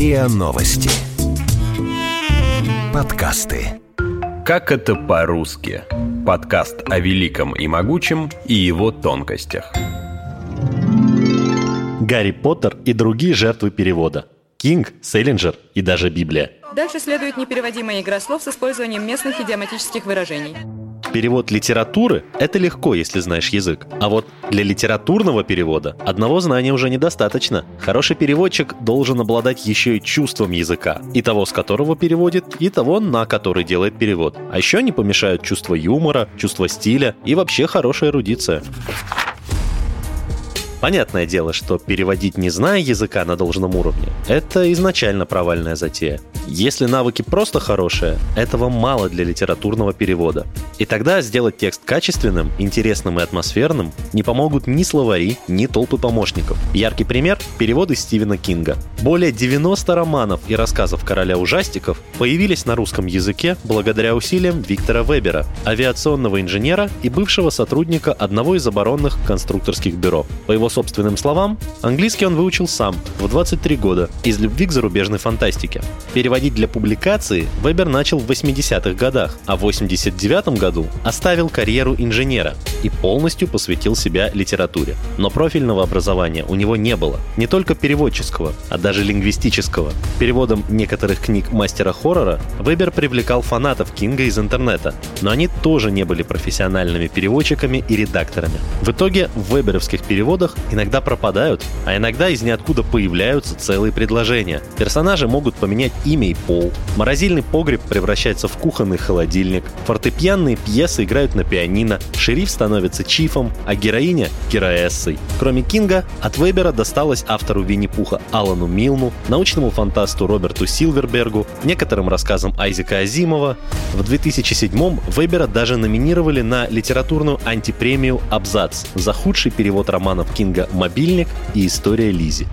РИА Новости. Подкасты. Как это по-русски? Подкаст о великом и могучем и его тонкостях. Гарри Поттер и другие жертвы перевода. Кинг, Селлинджер и даже Библия. Дальше следует непереводимая игра слов с использованием местных идиоматических выражений. Перевод литературы – это легко, если знаешь язык. А вот для литературного перевода одного знания уже недостаточно. Хороший переводчик должен обладать еще и чувством языка. И того, с которого переводит, и того, на который делает перевод. А еще не помешают чувство юмора, чувство стиля и вообще хорошая эрудиция. Понятное дело, что переводить, не зная языка на должном уровне, это изначально провальная затея. Если навыки просто хорошие, этого мало для литературного перевода. И тогда сделать текст качественным, интересным и атмосферным не помогут ни словари, ни толпы помощников. Яркий пример – переводы Стивена Кинга. Более 90 романов и рассказов короля ужастиков появились на русском языке благодаря усилиям Виктора Вебера, авиационного инженера и бывшего сотрудника одного из оборонных конструкторских бюро. По его собственным словам, английский он выучил сам в 23 года из любви к зарубежной фантастике. Переводить для публикации Вебер начал в 80-х годах, а в 89 году оставил карьеру инженера и полностью посвятил себя литературе. Но профильного образования у него не было. Не только переводческого, а даже лингвистического. Переводом некоторых книг мастера хоррора Вебер привлекал фанатов Кинга из интернета, но они тоже не были профессиональными переводчиками и редакторами. В итоге в веберовских переводах иногда пропадают, а иногда из ниоткуда появляются целые предложения. Персонажи могут поменять имя и пол, морозильный погреб превращается в кухонный холодильник, фортепианные пьесы играют на пианино, шериф становится чифом, а героиня — героессой. Кроме Кинга, от Вебера досталось автору Винни-Пуха Алану Милну, научному фантасту Роберту Силвербергу, некоторым рассказам Айзека Азимова. В 2007-м Вебера даже номинировали на литературную антипремию «Абзац» за худший перевод романов Кинга «Мобильник» и «История Лизи».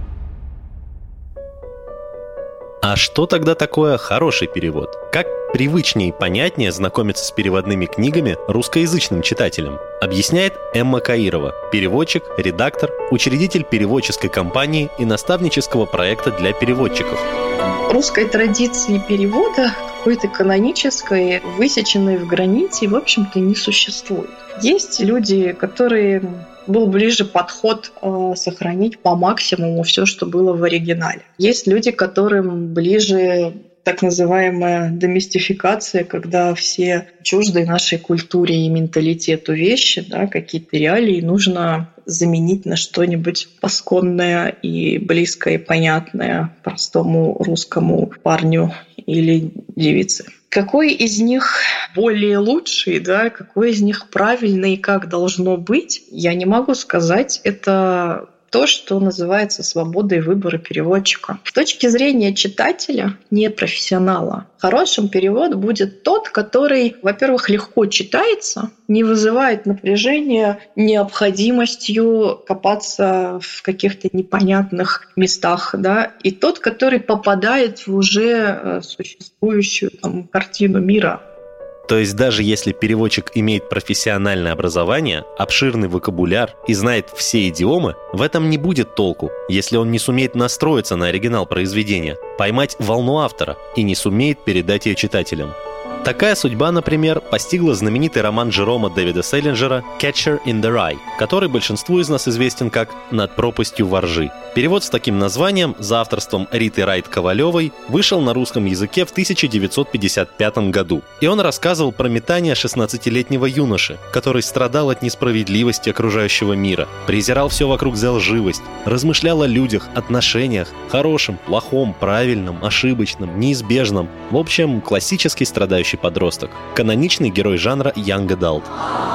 А что тогда такое хороший перевод? Как привычнее и понятнее знакомиться с переводными книгами русскоязычным читателям? Объясняет Эмма Каирова, переводчик, редактор, учредитель переводческой компании и наставнического проекта для переводчиков. Русской традиции перевода, какой-то канонической, высеченной в граните, в общем-то, не существует. Есть люди, которые был ближе подход сохранить по максимуму все, что было в оригинале. Есть люди, которым ближе так называемая доместификация, когда все чуждые нашей культуре и менталитету вещи, да, какие-то реалии нужно заменить на что-нибудь посконное и близкое и понятное простому русскому парню или девице. Какой из них более лучший, да, какой из них правильный и как должно быть, я не могу сказать. Это то, что называется свободой выбора переводчика. С точки зрения читателя, не профессионала, хорошим перевод будет тот, который, во-первых, легко читается, не вызывает напряжения необходимостью копаться в каких-то непонятных местах, да, и тот, который попадает в уже существующую картину мира. То есть даже если переводчик имеет профессиональное образование, обширный вокабуляр и знает все идиомы, в этом не будет толку, если он не сумеет настроиться на оригинал произведения, поймать волну автора и не сумеет передать ее читателям. Такая судьба, например, постигла знаменитый роман Жерома Дэвида Селлинджера «Catcher in the Rye», который большинству из нас известен как «Над пропастью во ржи». Перевод с таким названием за авторством Риты Райт-Ковалевой вышел на русском языке в 1955 году. И он рассказывал про метание 16-летнего юноши, который страдал от несправедливости окружающего мира, презирал все вокруг за лживость, размышлял о людях, отношениях, хорошем, плохом, правильном, ошибочном, неизбежном. В общем, классический страдающий подросток. Каноничный герой жанра Young Adult.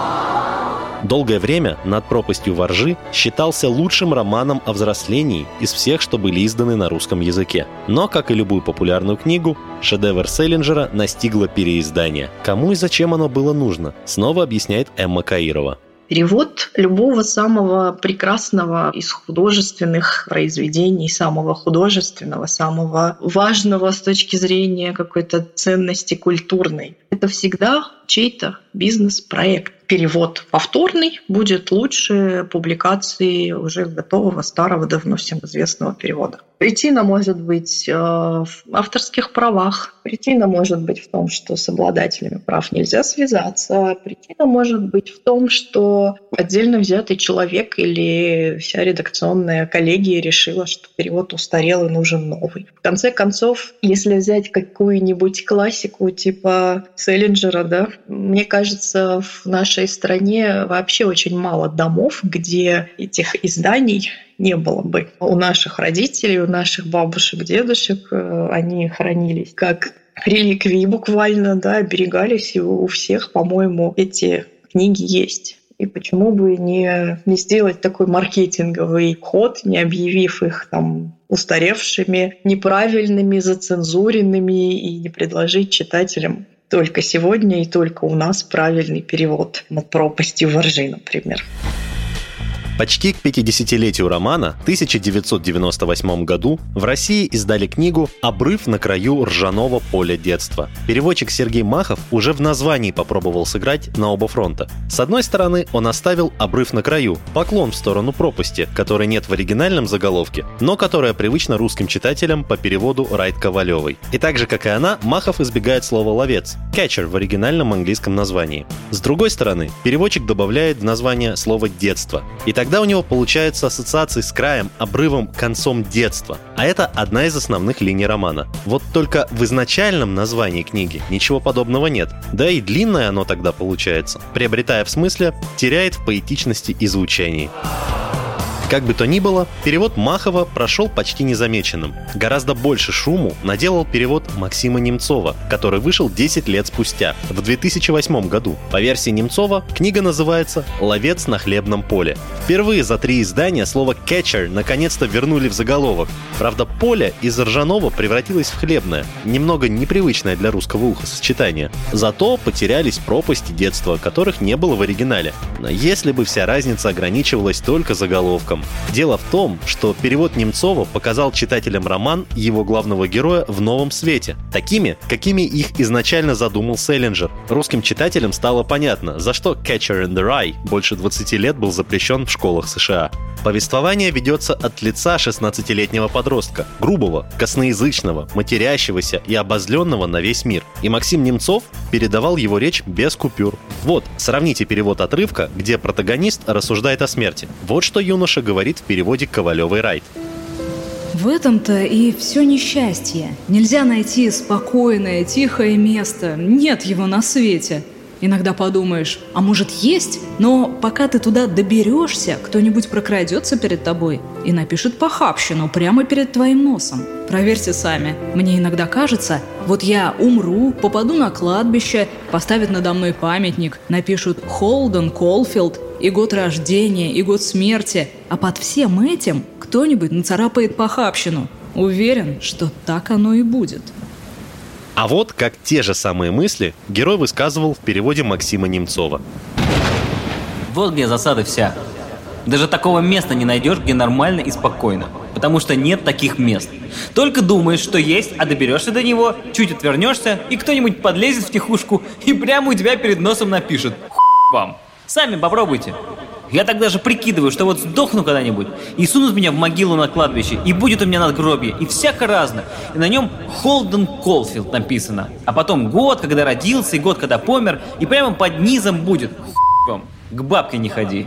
Долгое время «Над пропастью во ржи» считался лучшим романом о взрослении из всех, что были изданы на русском языке. Но, как и любую популярную книгу, шедевр Селлинджера настигло переиздание. Кому и зачем оно было нужно, снова объясняет Эмма Каирова. Перевод любого самого прекрасного из художественных произведений, самого художественного, самого важного с точки зрения какой-то ценности культурной, Это всегда чей-то бизнес-проект. Перевод повторный будет лучше публикации уже готового, старого, давно всем известного перевода. Причина может быть в авторских правах. Причина может быть в том, что с обладателями прав нельзя связаться. Причина может быть в том, что отдельно взятый человек или вся редакционная коллегия решила, что перевод устарел и нужен новый. В конце концов, если взять какую-нибудь классику типа Селлинджера, да, мне кажется, в нашей стране вообще очень мало домов, где этих изданий не было бы. У наших родителей, у наших бабушек, дедушек они хранились как реликвии буквально, да, оберегались, и у всех, по-моему, эти книги есть. И почему бы не сделать такой маркетинговый ход, не объявив их там устаревшими, неправильными, зацензуренными, и не предложить читателям только сегодня и только у нас правильный перевод «Над пропастью во ржи», например. Почти к 50-летию романа в 1998 году в России издали книгу «Обрыв на краю ржаного поля детства». Переводчик Сергей Махов уже в названии попробовал сыграть на оба фронта. С одной стороны, он оставил «Обрыв на краю» — поклон в сторону пропасти, которой нет в оригинальном заголовке, но которая привычна русским читателям по переводу Райт Ковалевой. И так же, как и она, Махов избегает слова «ловец» — «catcher» в оригинальном английском названии. С другой стороны, переводчик добавляет в название слово «детство». И тогда у него получаются ассоциации с краем, обрывом, концом детства. А это одна из основных линий романа. Вот только в изначальном названии книги ничего подобного нет. Да и длинное оно тогда получается. Приобретая в смысле, теряет в поэтичности и звучании. Как бы то ни было, перевод Махова прошел почти незамеченным. Гораздо больше шуму наделал перевод Максима Немцова, который вышел 10 лет спустя, в 2008 году. По версии Немцова, книга называется «Ловец на хлебном поле». Впервые за 3 издания слово «catcher» наконец-то вернули в заголовок. Правда, поле из ржаного превратилось в хлебное, немного непривычное для русского уха сочетание. Зато потерялись пропасти детства, которых не было в оригинале. Но если бы вся разница ограничивалась только заголовком. Дело в том, что перевод Немцова показал читателям роман его главного героя в новом свете, такими, какими их изначально задумал Селлинджер. Русским читателям стало понятно, за что Catcher in the Rye больше 20 лет был запрещен в школах США. Повествование ведется от лица 16-летнего подростка, грубого, косноязычного, матерящегося и обозленного на весь мир. И Максим Немцов передавал его речь без купюр. Вот, сравните перевод отрывка, где протагонист рассуждает о смерти. Вот что юноша говорит в переводе Ковалевой Райт. В этом-то и все несчастье. Нельзя найти спокойное, тихое место. Нет его на свете. Иногда подумаешь, а может есть? Но пока ты туда доберешься, кто-нибудь прокрадется перед тобой и напишет похабщину прямо перед твоим носом. Проверьте сами. Мне иногда кажется, вот я умру, попаду на кладбище, поставят надо мной памятник, напишут «Холден Колфилд», и год рождения, и год смерти, а под всем этим кто-нибудь нацарапает похабщину. Уверен, что так оно и будет. А вот как те же самые мысли герой высказывал в переводе Максима Немцова. Вот где засада вся. Даже такого места не найдешь, где нормально и спокойно. Потому что нет таких мест. Только думаешь, что есть, а доберешься до него, чуть отвернешься, и кто-нибудь подлезет в тихушку и прямо у тебя перед носом напишет «Хуй вам». Сами попробуйте. Я так даже прикидываю, что вот сдохну когда-нибудь, и сунут меня в могилу на кладбище, и будет у меня надгробие, и всяко разно. И на нем Холден Колфилд написано. А потом год, когда родился, и год, когда помер, и прямо под низом будет «Хуй вам, к бабке не ходи».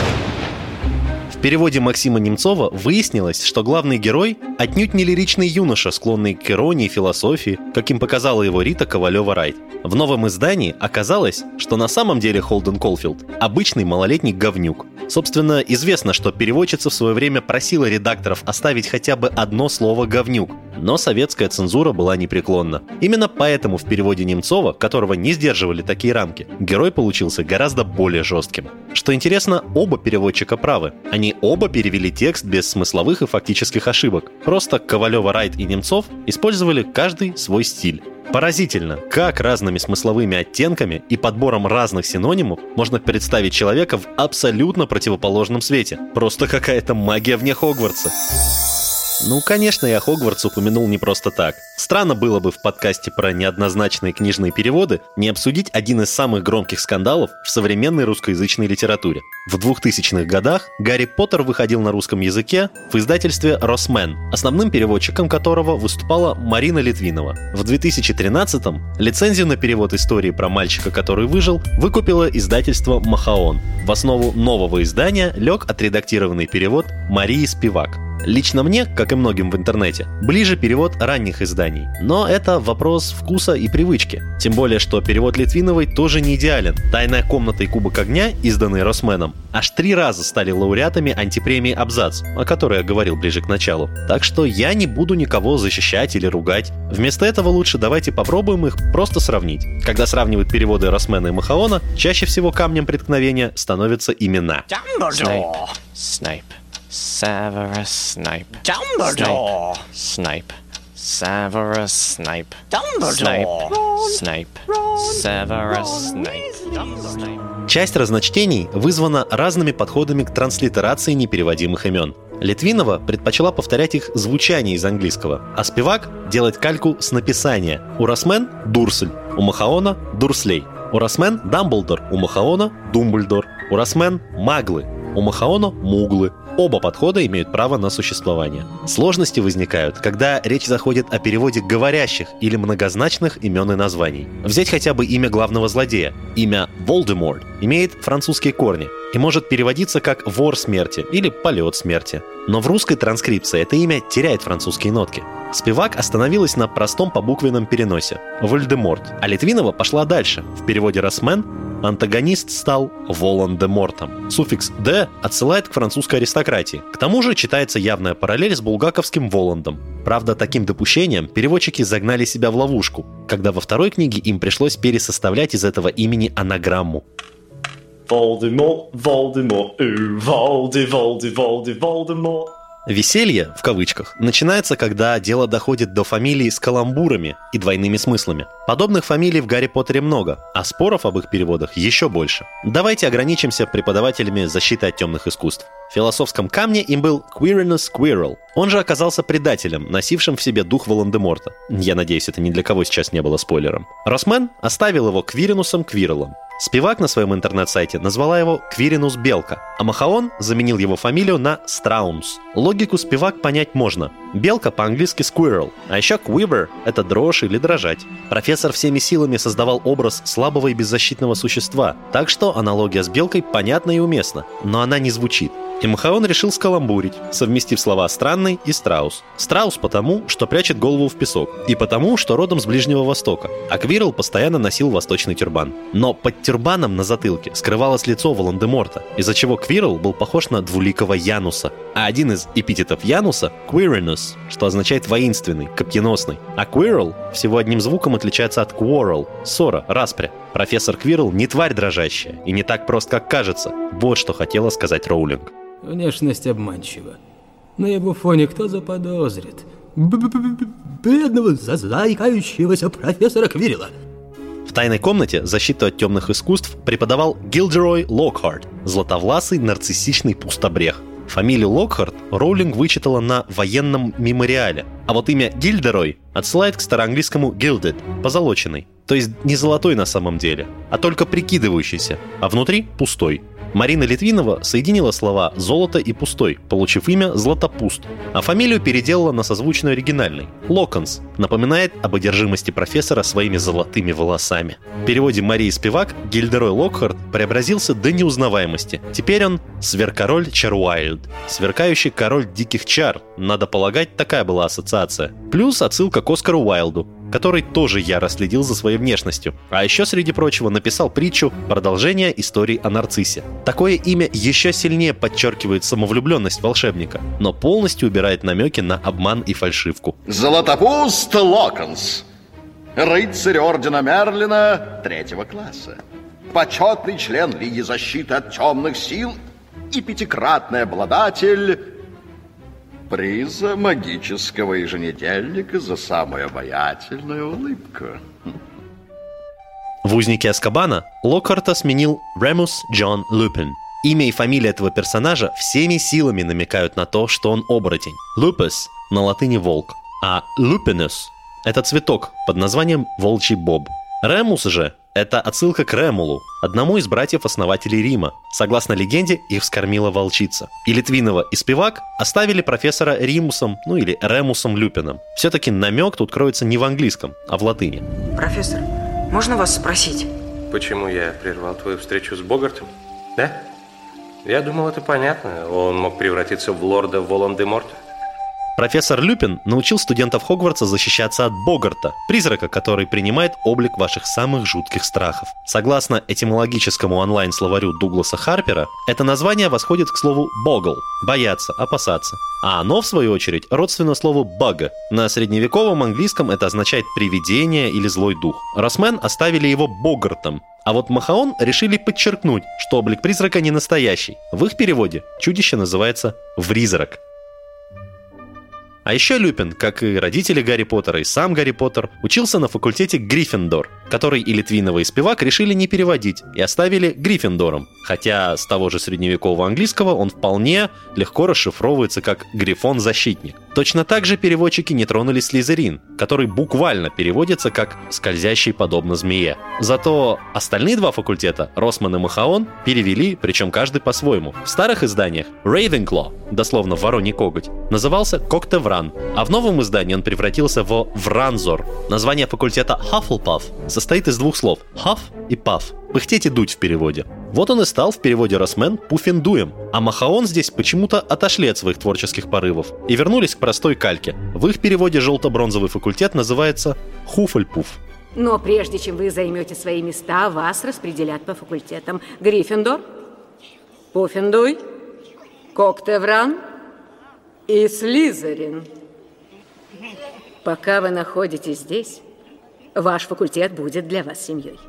В переводе Максима Немцова выяснилось, что главный герой отнюдь не лиричный юноша, склонный к иронии и философии, каким показала его Рита Ковалева-Райт. В новом издании оказалось, что на самом деле Холден Колфилд – обычный малолетний говнюк. Собственно, известно, что переводчица в свое время просила редакторов оставить хотя бы одно слово «говнюк», но советская цензура была непреклонна. Именно поэтому в переводе Немцова, которого не сдерживали такие рамки, герой получился гораздо более жестким. Что интересно, оба переводчика правы. Они оба перевели текст без смысловых и фактических ошибок. Просто Ковалева, Райт и Немцов использовали каждый свой стиль. Поразительно, как разными смысловыми оттенками и подбором разных синонимов можно представить человека в абсолютно противоположном свете. Просто какая-то магия вне Хогвартса. Ну, конечно, я Хогвартс упомянул не просто так. Странно было бы в подкасте про неоднозначные книжные переводы не обсудить один из самых громких скандалов в современной русскоязычной литературе. В 2000-х годах Гарри Поттер выходил на русском языке в издательстве «Росмен», основным переводчиком которого выступала Марина Литвинова. В 2013-м лицензию на перевод истории про мальчика, который выжил, выкупило издательство «Махаон». В основу нового издания лег отредактированный перевод Марии Спивак. Лично мне, как и многим в интернете, ближе перевод ранних изданий. Но это вопрос вкуса и привычки. Тем более, что перевод Литвиновой тоже не идеален. «Тайная комната» и «Кубок огня», изданные Росменом, аж 3 раза стали лауреатами антипремии «Абзац», о которой я говорил ближе к началу. Так что я не буду никого защищать или ругать. Вместо этого лучше давайте попробуем их просто сравнить. Когда сравнивают переводы Росмена и Махаона, чаще всего камнем преткновения становятся имена. Snape. Severus Snape. Dumbledore. Snape. Severus Snape. Dumbledore. Snape. Severus Snape. Часть разночтений вызвана разными подходами к транслитерации непереводимых имен. Литвинова предпочла повторять их звучание из английского, а Спивак делать кальку с написания. У Росмен – Дурсль, у Махаона – Дурслей. У Росмен – Дамблдор, у Махаона – Думблдор. У Росмен – Маглы, у Махаона – Муглы. Оба подхода имеют право на существование. Сложности возникают, когда речь заходит о переводе говорящих или многозначных имен и названий. Взять хотя бы имя главного злодея. Имя Волдеморт имеет французские корни и может переводиться как «вор смерти» или «полет смерти». Но в русской транскрипции это имя теряет французские нотки. Спивак остановилась на простом побуквенном переносе – Вольдеморт, а Литвинова пошла дальше. В переводе Росмен антагонист стал Волан-де-Мортом. Суффикс «де» отсылает к французской аристократии. К тому же читается явная параллель с булгаковским Воландом. Правда, таким допущением переводчики загнали себя в ловушку, когда во второй книге им пришлось пересоставлять из этого имени анаграмму. Волдеморт, Волдеморт, Волдеморт. Веселье, в кавычках, начинается, когда дело доходит до фамилий с каламбурами и двойными смыслами. Подобных фамилий в Гарри Поттере много, а споров об их переводах еще больше. Давайте ограничимся преподавателями защиты от темных искусств. В философском камне им был Quirinus Quirrell. Он же оказался предателем, носившим в себе дух Волан-де-Морта. Я надеюсь, это ни для кого сейчас не было спойлером. Росмен оставил его Квиринусом Квирреллом. Спивак на своем интернет-сайте назвала его Квиринус Белка, а Махаон заменил его фамилию на Страунс. Логику Спивак понять можно. Белка по-английски squirrel, а еще quiver — это дрожь или дрожать. Профессор всеми силами создавал образ слабого и беззащитного существа, так что аналогия с белкой понятна и уместна, но она не звучит. И Махаон решил скаламбурить, совместив слова «странный» и «страус». Страус потому, что прячет голову в песок, и потому, что родом с Ближнего Востока, а Квиррелл постоянно носил восточный тюрбан. Но под тюрбаном на затылке скрывалось лицо Волан-де-Морта, из-за чего Квиррелл был похож на двуликого Януса. А один из эпитетов Януса — Quirinus, что означает «воинственный», «копьеносный». А Quirrell всего одним звуком отличается от quarrel — ссора, распря. Профессор Квиррелл не тварь дрожащая и не так прост, как кажется. Вот что хотела сказать Роулинг. Внешность обманчива. На его фоне кто заподозрит? Бедного заикающегося профессора Квиррелла. В «Тайной комнате» защиту от темных искусств преподавал Гилдерой Локхарт, златовласый нарциссичный пустобрех. Фамилию Локхарт Роулинг вычитала на военном мемориале, а вот имя Гильдерой отсылает к староанглийскому gilded, позолоченный, то есть не золотой на самом деле, а только прикидывающийся, а внутри пустой. Марина Литвинова соединила слова «золото» и «пустой», получив имя «Златопуст», а фамилию переделала на созвучную оригинальной – Локонс, напоминает об одержимости профессора своими золотыми волосами. В переводе Марии Спивак Гильдерой Локхарт преобразился до неузнаваемости. Теперь он сверкороль Чарвайлд, сверкающий король диких чар, надо полагать, такая была ассоциация. Плюс отсылка к Оскару Уайльду, который тоже яро следил за своей внешностью, а еще, среди прочего, написал притчу «Продолжение истории о нарциссе». Такое имя еще сильнее подчеркивает самовлюбленность волшебника, но полностью убирает намеки на обман и фальшивку. Златопуст Локонс, рыцарь ордена Мерлина 3-го класса, почетный член Лиги защиты от темных сил и 5-кратный обладатель приза магического еженедельника за самую обаятельную улыбку. В «Узнике Азкабана» Локхарта сменил Ремус Джон Люпин. Имя и фамилия этого персонажа всеми силами намекают на то, что он оборотень. Lupus на латыни волк, а Lupinus – это цветок под названием волчий боб. Ремус же – это отсылка к Ремулу, одному из братьев-основателей Рима. Согласно легенде, их вскормила волчица. И Литвинова, и Спивак оставили профессора Римусом, или Ремусом Люпином. Все-таки намек тут кроется не в английском, а в латыни. Профессор, можно вас спросить? Почему я прервал твою встречу с Богартом? Да? Я думал, это понятно. Он мог превратиться в лорда Волан-де-Морта. Профессор Люпин научил студентов Хогвартса защищаться от Богарта, призрака, который принимает облик ваших самых жутких страхов. Согласно этимологическому онлайн-словарю Дугласа Харпера, это название восходит к слову «богл» – бояться, опасаться. А оно, в свою очередь, родственно слову «бага». На средневековом английском это означает «привидение» или «злой дух». Росмен оставили его Богартом, а вот Махаон решили подчеркнуть, что облик призрака не настоящий. В их переводе чудище называется «вризрак». А еще Люпин, как и родители Гарри Поттера и сам Гарри Поттер, учился на факультете Гриффиндор, который и Литвинова, и Спивак решили не переводить и оставили Гриффиндором, хотя с того же средневекового английского он вполне легко расшифровывается как «Грифон-защитник». Точно так же переводчики не тронули Слизерин, который буквально переводится как «скользящий подобно змее». Зато остальные два факультета, Росман и Махаон, перевели, причем каждый по-своему. В старых изданиях Рейвенкло, дословно «вороний коготь», назывался Коктевран, а в новом издании он превратился в Вранзор. Название факультета Хаффлпаф состоит из двух слов «хаф» и «паф». Пыхтеть и дуть в переводе. Вот он и стал в переводе Росмен Пуффендуем, а Махаон здесь почему-то отошли от своих творческих порывов и вернулись к простой кальке. В их переводе желто-бронзовый факультет называется Хуфльпуф. Но прежде чем вы займете свои места, вас распределят по факультетам. Гриффиндор, Пуффендуй, Коктевран и Слизерин. Пока вы находитесь здесь, ваш факультет будет для вас семьей.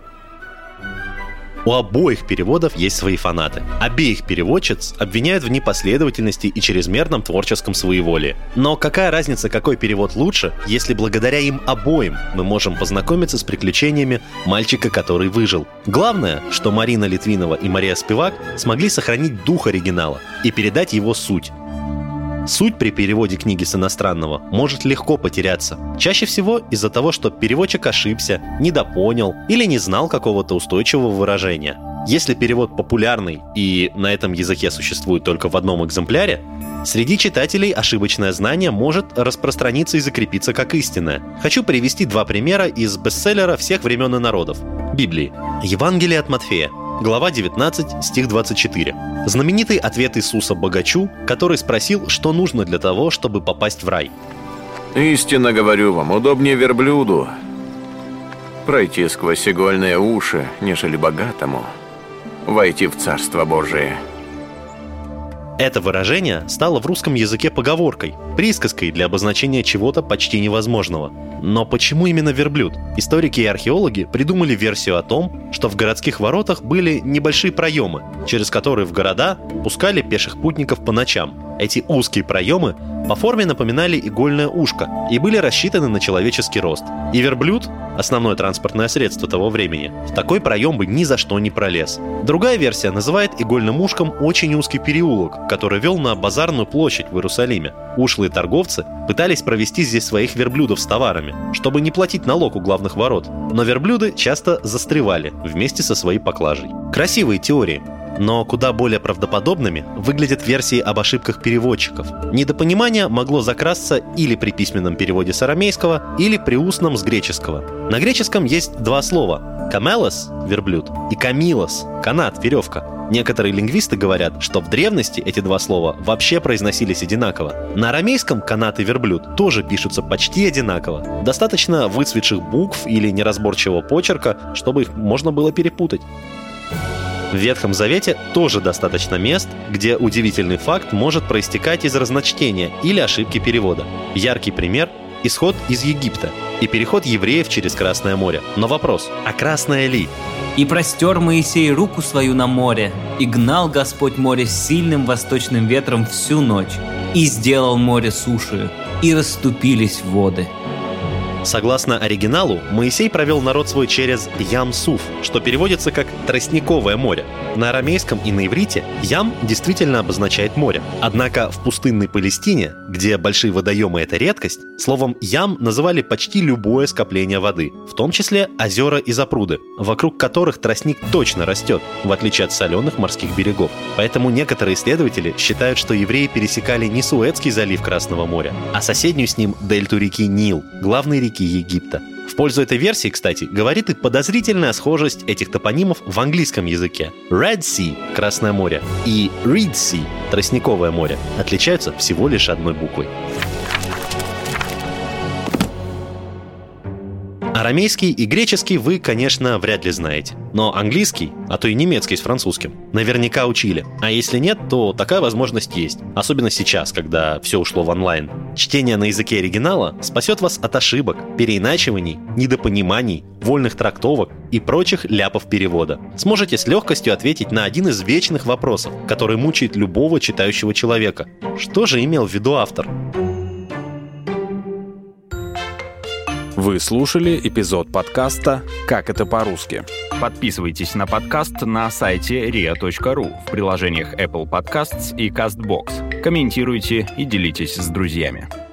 У обоих переводов есть свои фанаты. Обеих переводчиц обвиняют в непоследовательности и чрезмерном творческом своеволии. Но какая разница, какой перевод лучше, если благодаря им обоим мы можем познакомиться с приключениями мальчика, который выжил? Главное, что Марина Литвинова и Мария Спивак смогли сохранить дух оригинала и передать его суть. Суть при переводе книги с иностранного может легко потеряться. Чаще всего из-за того, что переводчик ошибся, недопонял или не знал какого-то устойчивого выражения. Если перевод популярный и на этом языке существует только в одном экземпляре, среди читателей ошибочное знание может распространиться и закрепиться как истинное. Хочу привести два примера из бестселлера всех времен и народов – Библии. Евангелие от Матфея. Глава 19, стих 24. Знаменитый ответ Иисуса богачу, который спросил, что нужно для того, чтобы попасть в рай. «Истинно говорю вам, удобнее верблюду пройти сквозь игольные уши, нежели богатому войти в Царство Божие». Это выражение стало в русском языке поговоркой, присказкой для обозначения чего-то почти невозможного. Но почему именно верблюд? Историки и археологи придумали версию о том, что в городских воротах были небольшие проемы, через которые в города пускали пеших путников по ночам. Эти узкие проемы по форме напоминали игольное ушко и были рассчитаны на человеческий рост. И верблюд, основное транспортное средство того времени, в такой проем бы ни за что не пролез. Другая версия называет игольным ушком очень узкий переулок, который вел на базарную площадь в Иерусалиме. Ушлые торговцы пытались провести здесь своих верблюдов с товарами, чтобы не платить налог у главных ворот. Но верблюды часто застревали вместе со своей поклажей. Красивые теории. Но куда более правдоподобными выглядят версии об ошибках переводчиков. Недопонимание могло закрасться или при письменном переводе с арамейского, или при устном с греческого. На греческом есть два слова – камелос – верблюд и камилос – канат, веревка. Некоторые лингвисты говорят, что в древности эти два слова вообще произносились одинаково. На арамейском канат и верблюд тоже пишутся почти одинаково. Достаточно выцветших букв или неразборчивого почерка, чтобы их можно было перепутать. В Ветхом Завете тоже достаточно мест, где удивительный факт может проистекать из разночтения или ошибки перевода. Яркий пример – исход из Египта и переход евреев через Красное море. Но вопрос – а красное ли? «И простер Моисей руку свою на море, и гнал Господь море с сильным восточным ветром всю ночь, и сделал море сушею, и расступились воды». Согласно оригиналу, Моисей провел народ свой через Ям-Суф, что переводится как «тростниковое море». На арамейском и на иврите «Ям» действительно обозначает море. Однако в пустынной Палестине, где большие водоемы — это редкость, словом «Ям» называли почти любое скопление воды, в том числе озера и запруды, вокруг которых тростник точно растет, в отличие от соленых морских берегов. Поэтому некоторые исследователи считают, что евреи пересекали не Суэцкий залив Красного моря, а соседнюю с ним дельту реки Нил, главной реки Египта. В пользу этой версии, кстати, говорит и подозрительная схожесть этих топонимов в английском языке. Red Sea – Красное море и Reed Sea – Тростниковое море отличаются всего лишь одной буквой. Арамейский и греческий вы, конечно, вряд ли знаете. Но английский, а то и немецкий с французским, наверняка учили. А если нет, то такая возможность есть. Особенно сейчас, когда все ушло в онлайн. Чтение на языке оригинала спасет вас от ошибок, переиначиваний, недопониманий, вольных трактовок и прочих ляпов перевода. Сможете с легкостью ответить на один из вечных вопросов, который мучает любого читающего человека. Что же имел в виду автор? Вы слушали эпизод подкаста «Как это по-русски». Подписывайтесь на подкаст на сайте ria.ru, в приложениях Apple Podcasts и CastBox. Комментируйте и делитесь с друзьями.